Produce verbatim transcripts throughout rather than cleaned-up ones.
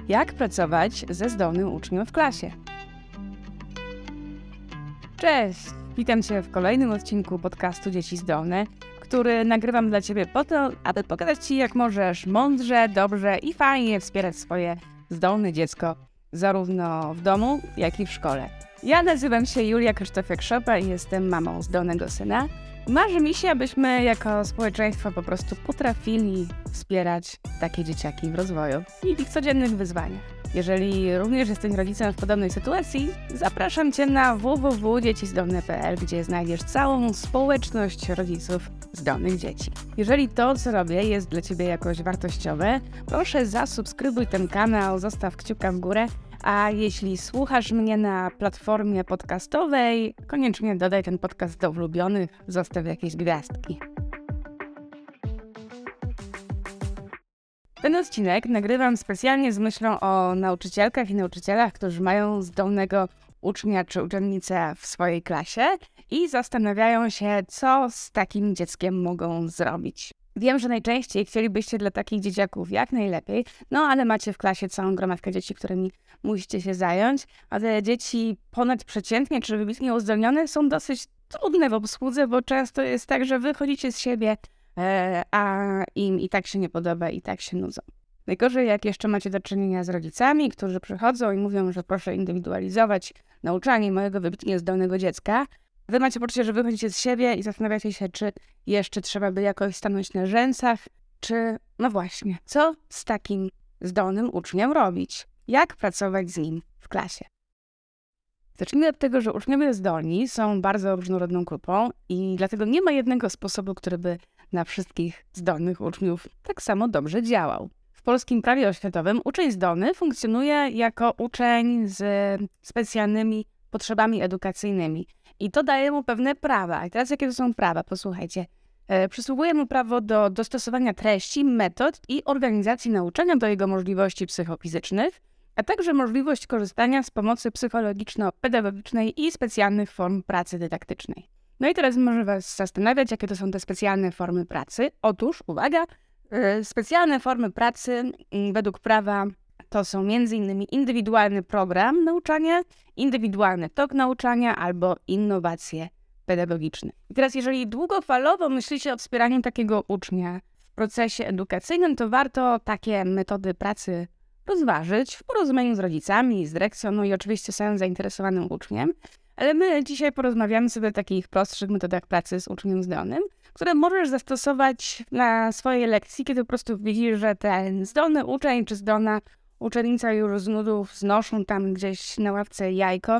Jak pracować ze zdolnym uczniem w klasie? Cześć! Witam Cię w kolejnym odcinku podcastu Dzieci Zdolne, który nagrywam dla Ciebie po to, aby pokazać Ci, jak możesz mądrze, dobrze i fajnie wspierać swoje zdolne dziecko, zarówno w domu, jak i w szkole. Ja nazywam się Julia Krzysztofiak-Szopa i jestem mamą zdolnego syna. Marzy mi się, abyśmy jako społeczeństwo po prostu potrafili wspierać takie dzieciaki w rozwoju i w ich codziennych wyzwaniach. Jeżeli również jesteś rodzicem w podobnej sytuacji, zapraszam Cię na w w w kropka dziecizdolne kropka p l, gdzie znajdziesz całą społeczność rodziców zdolnych dzieci. Jeżeli to, co robię, jest dla Ciebie jakoś wartościowe, proszę zasubskrybuj ten kanał, zostaw kciuka w górę, a jeśli słuchasz mnie na platformie podcastowej, koniecznie dodaj ten podcast do ulubionych, zostaw jakieś gwiazdki. Ten odcinek nagrywam specjalnie z myślą o nauczycielkach i nauczycielach, którzy mają zdolnego ucznia czy uczennicę w swojej klasie i zastanawiają się, co z takim dzieckiem mogą zrobić. Wiem, że najczęściej chcielibyście dla takich dzieciaków jak najlepiej, no ale macie w klasie całą gromadkę dzieci, którymi musicie się zająć, a te dzieci ponadprzeciętnie czy wybitnie uzdolnione są dosyć trudne w obsłudze, bo często jest tak, że wychodzicie z siebie, e, a im i tak się nie podoba, i tak się nudzą. Najgorzej, jak jeszcze macie do czynienia z rodzicami, którzy przychodzą i mówią, że proszę indywidualizować nauczanie mojego wybitnie zdolnego dziecka. Wy macie poczucie, że wychodzicie z siebie i zastanawiacie się, czy jeszcze trzeba by jakoś stanąć na rzęsach, czy no właśnie, co z takim zdolnym uczniem robić? Jak pracować z nim w klasie? Zacznijmy od tego, że uczniowie zdolni są bardzo różnorodną grupą i dlatego nie ma jednego sposobu, który by na wszystkich zdolnych uczniów tak samo dobrze działał. W polskim prawie oświatowym uczeń zdolny funkcjonuje jako uczeń z specjalnymi potrzebami edukacyjnymi. I to daje mu pewne prawa. I teraz jakie to są prawa? Posłuchajcie. E, przysługuje mu prawo do dostosowania treści, metod i organizacji nauczania do jego możliwości psychofizycznych, a także możliwość korzystania z pomocy psychologiczno-pedagogicznej i specjalnych form pracy dydaktycznej. No i teraz może Was zastanawiać, jakie to są te specjalne formy pracy. Otóż, uwaga, e, specjalne formy pracy m, według prawa to są między innymi indywidualny program nauczania, indywidualny tok nauczania albo innowacje pedagogiczne. I teraz jeżeli długofalowo myślicie o wspieraniu takiego ucznia w procesie edukacyjnym, to warto takie metody pracy rozważyć w porozumieniu z rodzicami, z dyrekcją, no i oczywiście samym zainteresowanym uczniem. Ale my dzisiaj porozmawiamy sobie o takich prostszych metodach pracy z uczniem zdolnym, które możesz zastosować na swojej lekcji, kiedy po prostu widzisz, że ten zdolny uczeń czy zdolna uczennica już z nudów znoszą tam gdzieś na ławce jajko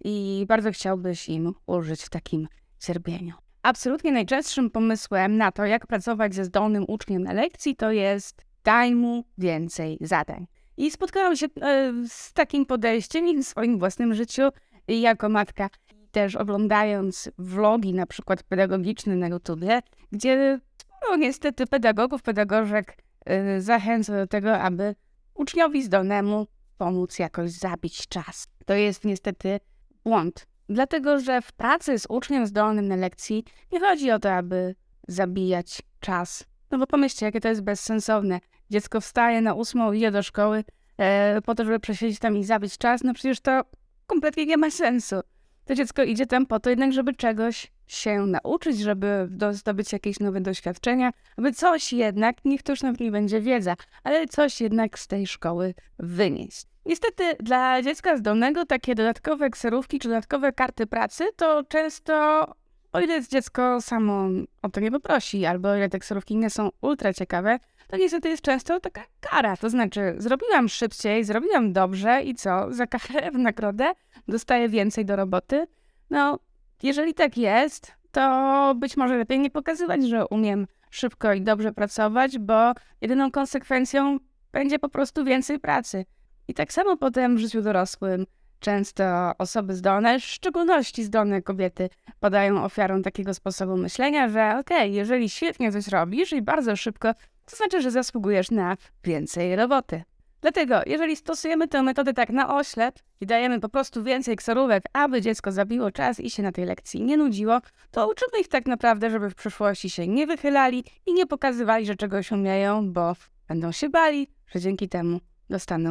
i bardzo chciałbyś im ulżyć w takim cierpieniu. Absolutnie najczęstszym pomysłem na to, jak pracować ze zdolnym uczniem na lekcji, to jest daj mu więcej zadań. I spotkałam się e, z takim podejściem i w swoim własnym życiu jako matka, też oglądając vlogi na przykład pedagogiczne na YouTubie, gdzie sporo niestety pedagogów, pedagożek e, zachęca do tego, aby uczniowi zdolnemu pomóc jakoś zabić czas. To jest niestety błąd, dlatego że w pracy z uczniem zdolnym na lekcji nie chodzi o to, aby zabijać czas. No bo pomyślcie, jakie to jest bezsensowne. Dziecko wstaje na ósmą, idzie do szkoły e, po to, żeby przesiedzieć tam i zabić czas. No przecież to kompletnie nie ma sensu. To dziecko idzie tam po to jednak, żeby czegoś się nauczyć, żeby zdobyć jakieś nowe doświadczenia, aby coś jednak, niech to już nawet nie będzie wiedza, ale coś jednak z tej szkoły wynieść. Niestety dla dziecka zdolnego takie dodatkowe kserówki czy dodatkowe karty pracy to często, o ile dziecko samo o to nie poprosi, albo o ile te kserówki nie są ultra ciekawe, to niestety jest często taka kara. To znaczy zrobiłam szybciej, zrobiłam dobrze i co? Za karę w nagrodę dostaję więcej do roboty? No, jeżeli tak jest, to być może lepiej nie pokazywać, że umiem szybko i dobrze pracować, bo jedyną konsekwencją będzie po prostu więcej pracy. I tak samo potem w życiu dorosłym często osoby zdolne, w szczególności zdolne kobiety, padają ofiarą takiego sposobu myślenia, że okej, okay, jeżeli świetnie coś robisz i bardzo szybko, to znaczy, że zasługujesz na więcej roboty. Dlatego, jeżeli stosujemy tę metodę tak na oślep i dajemy po prostu więcej kserówek, aby dziecko zabiło czas i się na tej lekcji nie nudziło, to uczymy ich tak naprawdę, żeby w przyszłości się nie wychylali i nie pokazywali, że czegoś umieją, bo będą się bali, że dzięki temu dostaną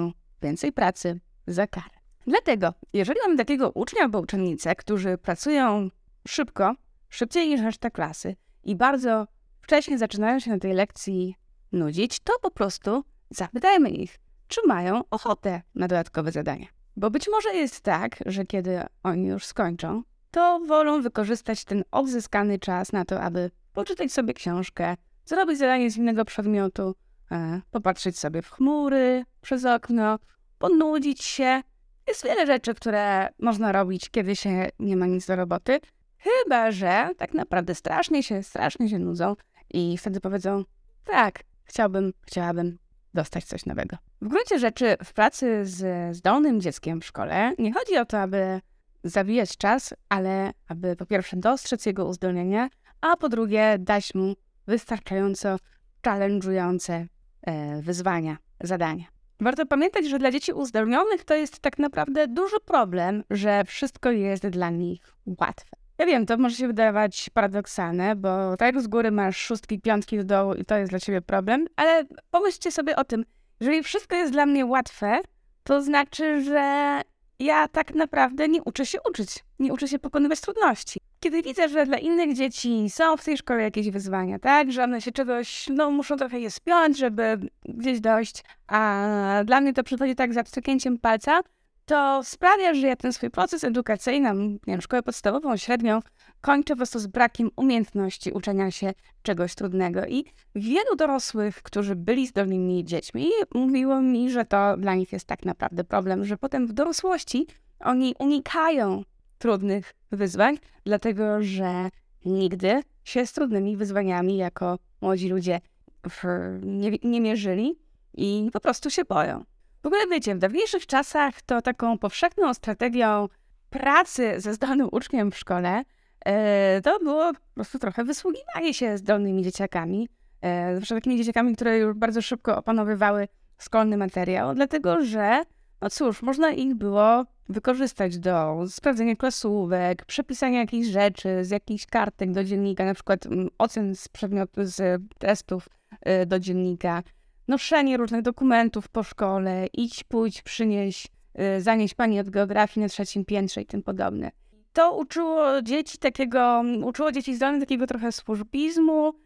więcej pracy za karę. Dlatego, jeżeli mamy takiego ucznia albo uczennicę, którzy pracują szybko, szybciej niż reszta klasy i bardzo wcześnie zaczynają się na tej lekcji nudzić, to po prostu zapytajmy ich, czy mają ochotę na dodatkowe zadania. Bo być może jest tak, że kiedy oni już skończą, to wolą wykorzystać ten odzyskany czas na to, aby poczytać sobie książkę, zrobić zadanie z innego przedmiotu, e, popatrzeć sobie w chmury, przez okno, ponudzić się. Jest wiele rzeczy, które można robić, kiedy się nie ma nic do roboty, chyba że tak naprawdę strasznie się, strasznie się nudzą i wtedy powiedzą, tak, chciałbym, chciałabym dostać coś nowego. W gruncie rzeczy w pracy z zdolnym dzieckiem w szkole nie chodzi o to, aby zabijać czas, ale aby po pierwsze dostrzec jego uzdolnienia, a po drugie dać mu wystarczająco challenge'ujące e, wyzwania, zadania. Warto pamiętać, że dla dzieci uzdolnionych to jest tak naprawdę duży problem, że wszystko jest dla nich łatwe. Ja wiem, to może się wydawać paradoksalne, bo tak z góry masz szóstki, piątki do dołu i to jest dla ciebie problem, ale pomyślcie sobie o tym, jeżeli wszystko jest dla mnie łatwe, to znaczy, że ja tak naprawdę nie uczę się uczyć, nie uczę się pokonywać trudności. Kiedy widzę, że dla innych dzieci są w tej szkole jakieś wyzwania, tak, że one się czegoś, no muszą trochę je spiąć, żeby gdzieś dojść, a dla mnie to przychodzi tak za pstryknięciem palca, to sprawia, że ja ten swój proces edukacyjny, nie wiem, szkołę podstawową, średnią, kończę po prostu z brakiem umiejętności uczenia się czegoś trudnego. I wielu dorosłych, którzy byli zdolnymi dziećmi, mówiło mi, że to dla nich jest tak naprawdę problem, że potem w dorosłości oni unikają trudnych wyzwań, dlatego że nigdy się z trudnymi wyzwaniami jako młodzi ludzie w, nie, nie mierzyli i po prostu się boją. W ogóle wiecie, w dawniejszych czasach to taką powszechną strategią pracy ze zdolnym uczniem w szkole e, to było po prostu trochę wysługiwanie się zdolnymi dzieciakami, e, zwłaszcza takimi dzieciakami, które już bardzo szybko opanowywały szkolny materiał, dlatego że, no cóż, można ich było wykorzystać do sprawdzenia klasówek, przepisania jakichś rzeczy, z jakichś kartek do dziennika, na przykład m, ocen z przedmiotu, z testów y, do dziennika, noszenie różnych dokumentów po szkole, idź, pójdź, przynieś, y, zanieś pani od geografii na trzecim piętrze i tym podobne. To uczyło dzieci takiego, uczyło dzieci zdolnych takiego trochę służbizmu y,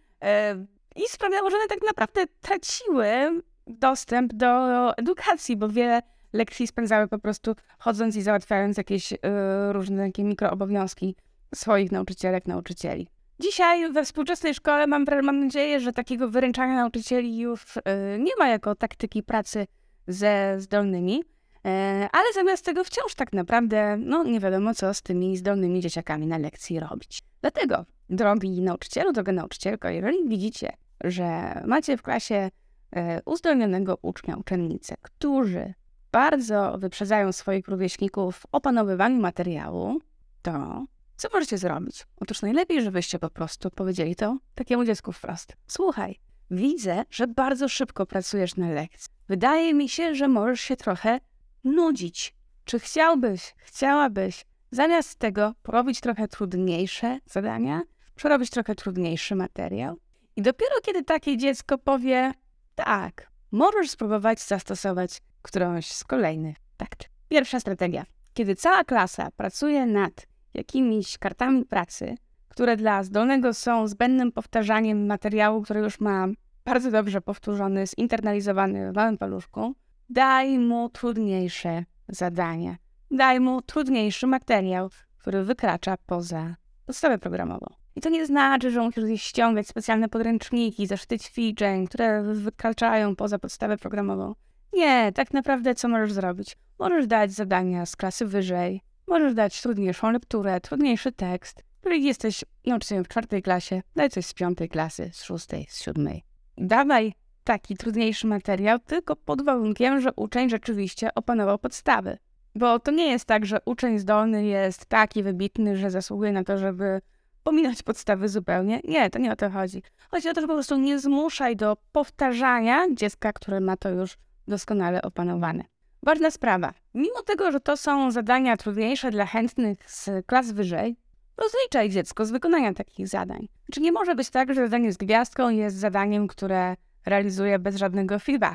i sprawiało, że one tak naprawdę traciły dostęp do edukacji, bo wiele lekcji spędzały po prostu chodząc i załatwiając jakieś y, różne takie mikroobowiązki swoich nauczycielek, nauczycieli. Dzisiaj we współczesnej szkole mam, mam nadzieję, że takiego wyręczania nauczycieli już y, nie ma jako taktyki pracy ze zdolnymi, y, ale zamiast tego wciąż tak naprawdę no, nie wiadomo, co z tymi zdolnymi dzieciakami na lekcji robić. Dlatego, drogi nauczycielu, droga nauczycielko, jeżeli widzicie, że macie w klasie y, uzdolnionego ucznia, uczennicę, którzy bardzo wyprzedzają swoich rówieśników w opanowywaniu materiału, to co możecie zrobić? Otóż najlepiej, żebyście po prostu powiedzieli to takiemu dziecku wprost. Słuchaj, widzę, że bardzo szybko pracujesz na lekcji. Wydaje mi się, że możesz się trochę nudzić. Czy chciałbyś, chciałabyś zamiast tego porobić trochę trudniejsze zadania, przerobić trochę trudniejszy materiał? I dopiero kiedy takie dziecko powie tak, możesz spróbować zastosować którąś z kolejnych taktyk. Pierwsza strategia. Kiedy cała klasa pracuje nad jakimiś kartami pracy, które dla zdolnego są zbędnym powtarzaniem materiału, który już ma bardzo dobrze powtórzony, zinternalizowany w małym paluszku, daj mu trudniejsze zadania. Daj mu trudniejszy materiał, który wykracza poza podstawę programową. I to nie znaczy, że musisz gdzieś ściągać specjalne podręczniki, zeszyty ćwiczeń, które wykraczają poza podstawę programową. Nie, tak naprawdę co możesz zrobić? Możesz dać zadania z klasy wyżej, możesz dać trudniejszą lekturę, trudniejszy tekst. Jeżeli jesteś nauczycielem w czwartej klasie, daj coś z piątej klasy, z szóstej, z siódmej. Dawaj taki trudniejszy materiał, tylko pod warunkiem, że uczeń rzeczywiście opanował podstawy. Bo to nie jest tak, że uczeń zdolny jest taki wybitny, że zasługuje na to, żeby pominąć podstawy zupełnie. Nie, to nie o to chodzi. Chodzi o to, że po prostu nie zmuszaj do powtarzania dziecka, które ma to już doskonale opanowane. Ważna sprawa. Mimo tego, że to są zadania trudniejsze dla chętnych z klas wyżej, rozliczaj dziecko z wykonania takich zadań. Czy nie może być tak, że zadanie z gwiazdką jest zadaniem, które realizuje bez żadnego feedbacku.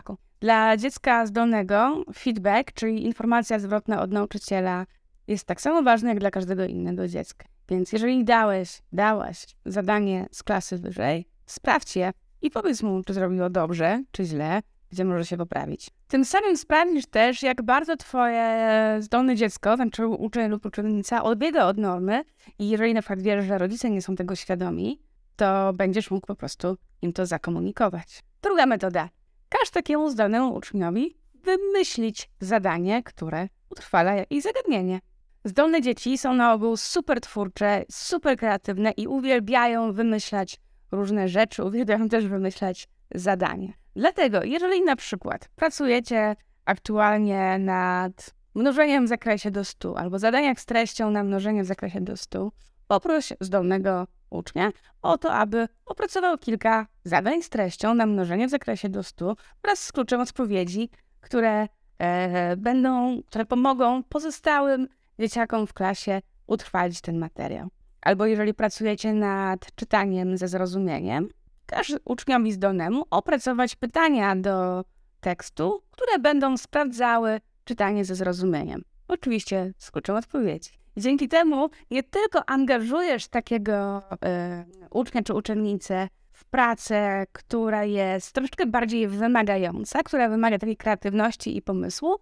Dla dziecka zdolnego feedback, czyli informacja zwrotna od nauczyciela, jest tak samo ważna jak dla każdego innego dziecka. Więc jeżeli dałeś, dałaś zadanie z klasy wyżej, sprawdź je i powiedz mu, czy zrobiło dobrze, czy źle, gdzie może się poprawić. Tym samym sprawdzisz też, jak bardzo twoje zdolne dziecko, znaczy uczeń lub uczennica, odbiega od normy i jeżeli na przykład wiesz, że rodzice nie są tego świadomi, to będziesz mógł po prostu im to zakomunikować. Druga metoda. Każ takiemu zdolnemu uczniowi wymyślić zadanie, które utrwala jakieś zagadnienie. Zdolne dzieci są na ogół super twórcze, super kreatywne i uwielbiają wymyślać różne rzeczy, uwielbiają też wymyślać zadanie. Dlatego, jeżeli na przykład pracujecie aktualnie nad mnożeniem w zakresie do stu albo zadaniach z treścią na mnożenie w zakresie do stu, poproś zdolnego ucznia o to, aby opracował kilka zadań z treścią na mnożenie w zakresie do stu wraz z kluczem odpowiedzi, które e, będą, które pomogą pozostałym dzieciakom w klasie utrwalić ten materiał. Albo jeżeli pracujecie nad czytaniem ze zrozumieniem, każ uczniowi zdolnemu opracować pytania do tekstu, które będą sprawdzały czytanie ze zrozumieniem. Oczywiście z kluczem odpowiedzi. I dzięki temu nie tylko angażujesz takiego y, ucznia czy uczennicę w pracę, która jest troszeczkę bardziej wymagająca, która wymaga takiej kreatywności i pomysłu,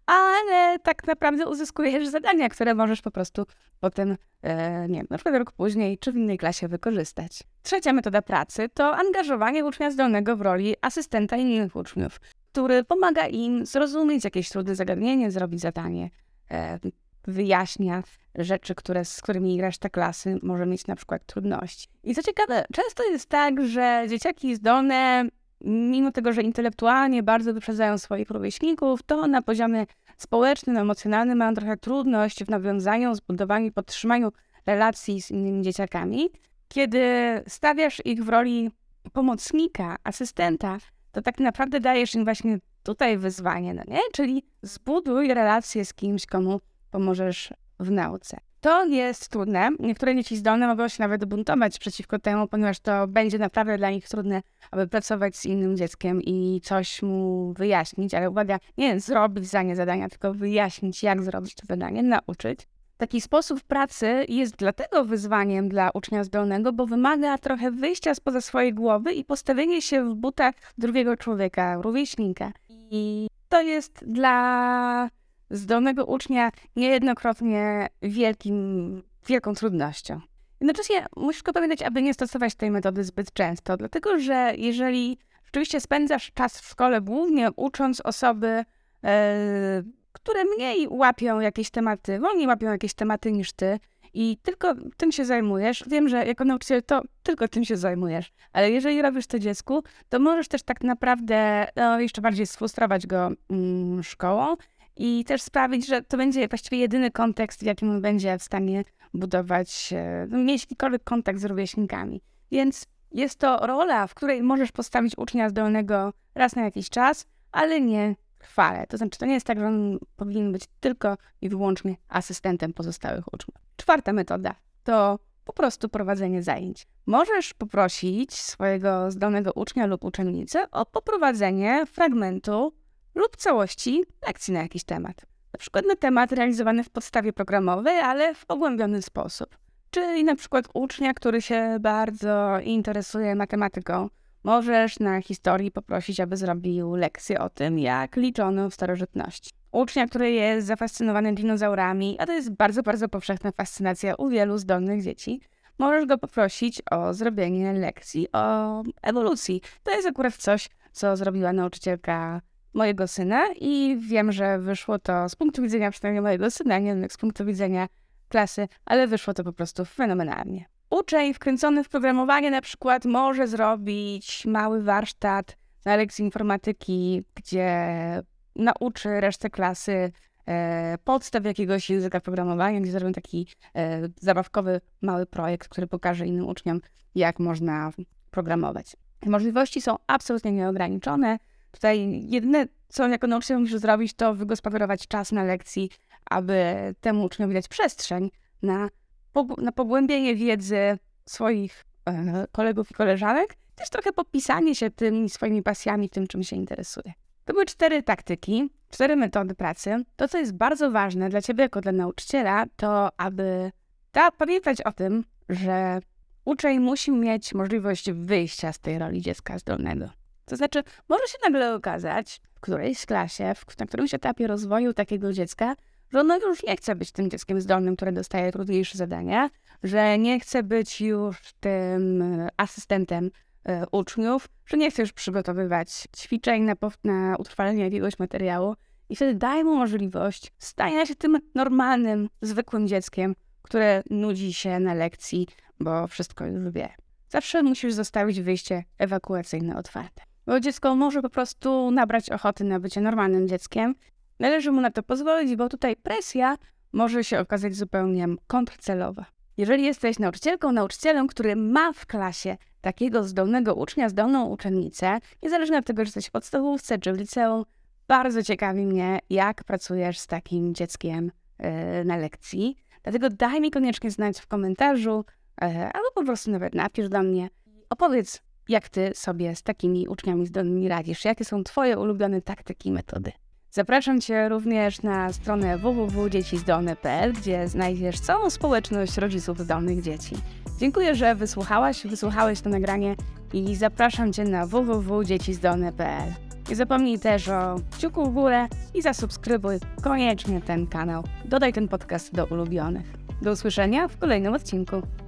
ale tak naprawdę uzyskujesz zadania, które możesz po prostu potem, e, nie wiem, na przykład rok później czy w innej klasie wykorzystać. Trzecia metoda pracy to angażowanie ucznia zdolnego w roli asystenta innych uczniów, który pomaga im zrozumieć jakieś trudne zagadnienie, zrobić zadanie, e, wyjaśnia rzeczy, które, z którymi reszta klasy może mieć na przykład trudności. I co ciekawe, często jest tak, że dzieciaki zdolne, mimo tego, że intelektualnie bardzo wyprzedzają swoich rówieśników, to na poziomie społecznym, emocjonalnym mają trochę trudność w nawiązaniu, zbudowaniu i podtrzymaniu relacji z innymi dzieciakami. Kiedy stawiasz ich w roli pomocnika, asystenta, to tak naprawdę dajesz im właśnie tutaj wyzwanie, no nie? Czyli zbuduj relację z kimś, komu pomożesz w nauce. To jest trudne. Niektóre dzieci zdolne mogą się nawet buntować przeciwko temu, ponieważ to będzie naprawdę dla nich trudne, aby pracować z innym dzieckiem i coś mu wyjaśnić, ale uwaga, nie zrobić za nie zadania, tylko wyjaśnić, jak zrobić to zadanie, nauczyć. Taki sposób pracy jest dlatego wyzwaniem dla ucznia zdolnego, bo wymaga trochę wyjścia spoza swojej głowy i postawienia się w butach drugiego człowieka, rówieśnika. I to jest dla zdolnego ucznia niejednokrotnie wielkim, wielką trudnością. Jednocześnie musisz tylko pamiętać, aby nie stosować tej metody zbyt często, dlatego że jeżeli rzeczywiście spędzasz czas w szkole głównie ucząc osoby, e, które mniej łapią jakieś tematy, wolniej łapią jakieś tematy niż ty i tylko tym się zajmujesz, wiem, że jako nauczyciel to tylko tym się zajmujesz, ale jeżeli robisz to dziecku, to możesz też tak naprawdę no, jeszcze bardziej sfrustrować go mm, szkołą i też sprawić, że to będzie właściwie jedyny kontekst, w jakim on będzie w stanie budować, no, mieć jakikolwiek kontakt z rówieśnikami. Więc jest to rola, w której możesz postawić ucznia zdolnego raz na jakiś czas, ale nie trwale. To znaczy, to nie jest tak, że on powinien być tylko i wyłącznie asystentem pozostałych uczniów. Czwarta metoda to po prostu prowadzenie zajęć. Możesz poprosić swojego zdolnego ucznia lub uczennicę o poprowadzenie fragmentu lub całości lekcji na jakiś temat. Na przykład na temat realizowany w podstawie programowej, ale w pogłębiony sposób. Czyli na przykład ucznia, który się bardzo interesuje matematyką, możesz na historii poprosić, aby zrobił lekcję o tym, jak liczono w starożytności. Ucznia, który jest zafascynowany dinozaurami, a to jest bardzo, bardzo powszechna fascynacja u wielu zdolnych dzieci, możesz go poprosić o zrobienie lekcji o ewolucji. To jest akurat coś, co zrobiła nauczycielka mojego syna i wiem, że wyszło to z punktu widzenia przynajmniej mojego syna, nie wiem, z punktu widzenia klasy, ale wyszło to po prostu fenomenalnie. Uczeń wkręcony w programowanie na przykład może zrobić mały warsztat na lekcji informatyki, gdzie nauczy resztę klasy e, podstaw jakiegoś języka programowania, gdzie zrobią taki e, zabawkowy mały projekt, który pokaże innym uczniom, jak można programować. Możliwości są absolutnie nieograniczone. Tutaj jedyne, co jako nauczyciel musisz zrobić, to wygospodarować czas na lekcji, aby temu uczniowi dać przestrzeń na, pog- na pogłębienie wiedzy swoich e, kolegów i koleżanek, też trochę popisanie się tymi swoimi pasjami, tym, czym się interesuje. To były cztery taktyki, cztery metody pracy. To, co jest bardzo ważne dla ciebie jako dla nauczyciela, to aby ta, pamiętać o tym, że uczeń musi mieć możliwość wyjścia z tej roli dziecka zdolnego. To znaczy, może się nagle okazać w którejś klasie, w, na którymś etapie rozwoju takiego dziecka, że ono już nie chce być tym dzieckiem zdolnym, które dostaje trudniejsze zadania, że nie chce być już tym asystentem e, uczniów, że nie chce już przygotowywać ćwiczeń na, na utrwalenie jakiegoś materiału i wtedy daj mu możliwość stania się tym normalnym, zwykłym dzieckiem, które nudzi się na lekcji, bo wszystko już wie. Zawsze musisz zostawić wyjście ewakuacyjne otwarte. Bo dziecko może po prostu nabrać ochoty na bycie normalnym dzieckiem. Należy mu na to pozwolić, bo tutaj presja może się okazać zupełnie kontrcelowa. Jeżeli jesteś nauczycielką, nauczycielem, który ma w klasie takiego zdolnego ucznia, zdolną uczennicę, niezależnie od tego, czy jesteś w podstawówce czy w liceum, bardzo ciekawi mnie, jak pracujesz z takim dzieckiem yy, na lekcji. Dlatego daj mi koniecznie znać w komentarzu, yy, albo po prostu nawet napisz do mnie. Opowiedz, jak ty sobie z takimi uczniami zdolnymi radzisz, jakie są twoje ulubione taktyki i metody. Zapraszam cię również na stronę w w w kropka dziecizdolne kropka p l, gdzie znajdziesz całą społeczność rodziców zdolnych dzieci. Dziękuję, że wysłuchałaś, wysłuchałeś to nagranie i zapraszam cię na w w w kropka dziecizdolne kropka p l. Nie zapomnij też o kciuku w górę i zasubskrybuj koniecznie ten kanał. Dodaj ten podcast do ulubionych. Do usłyszenia w kolejnym odcinku.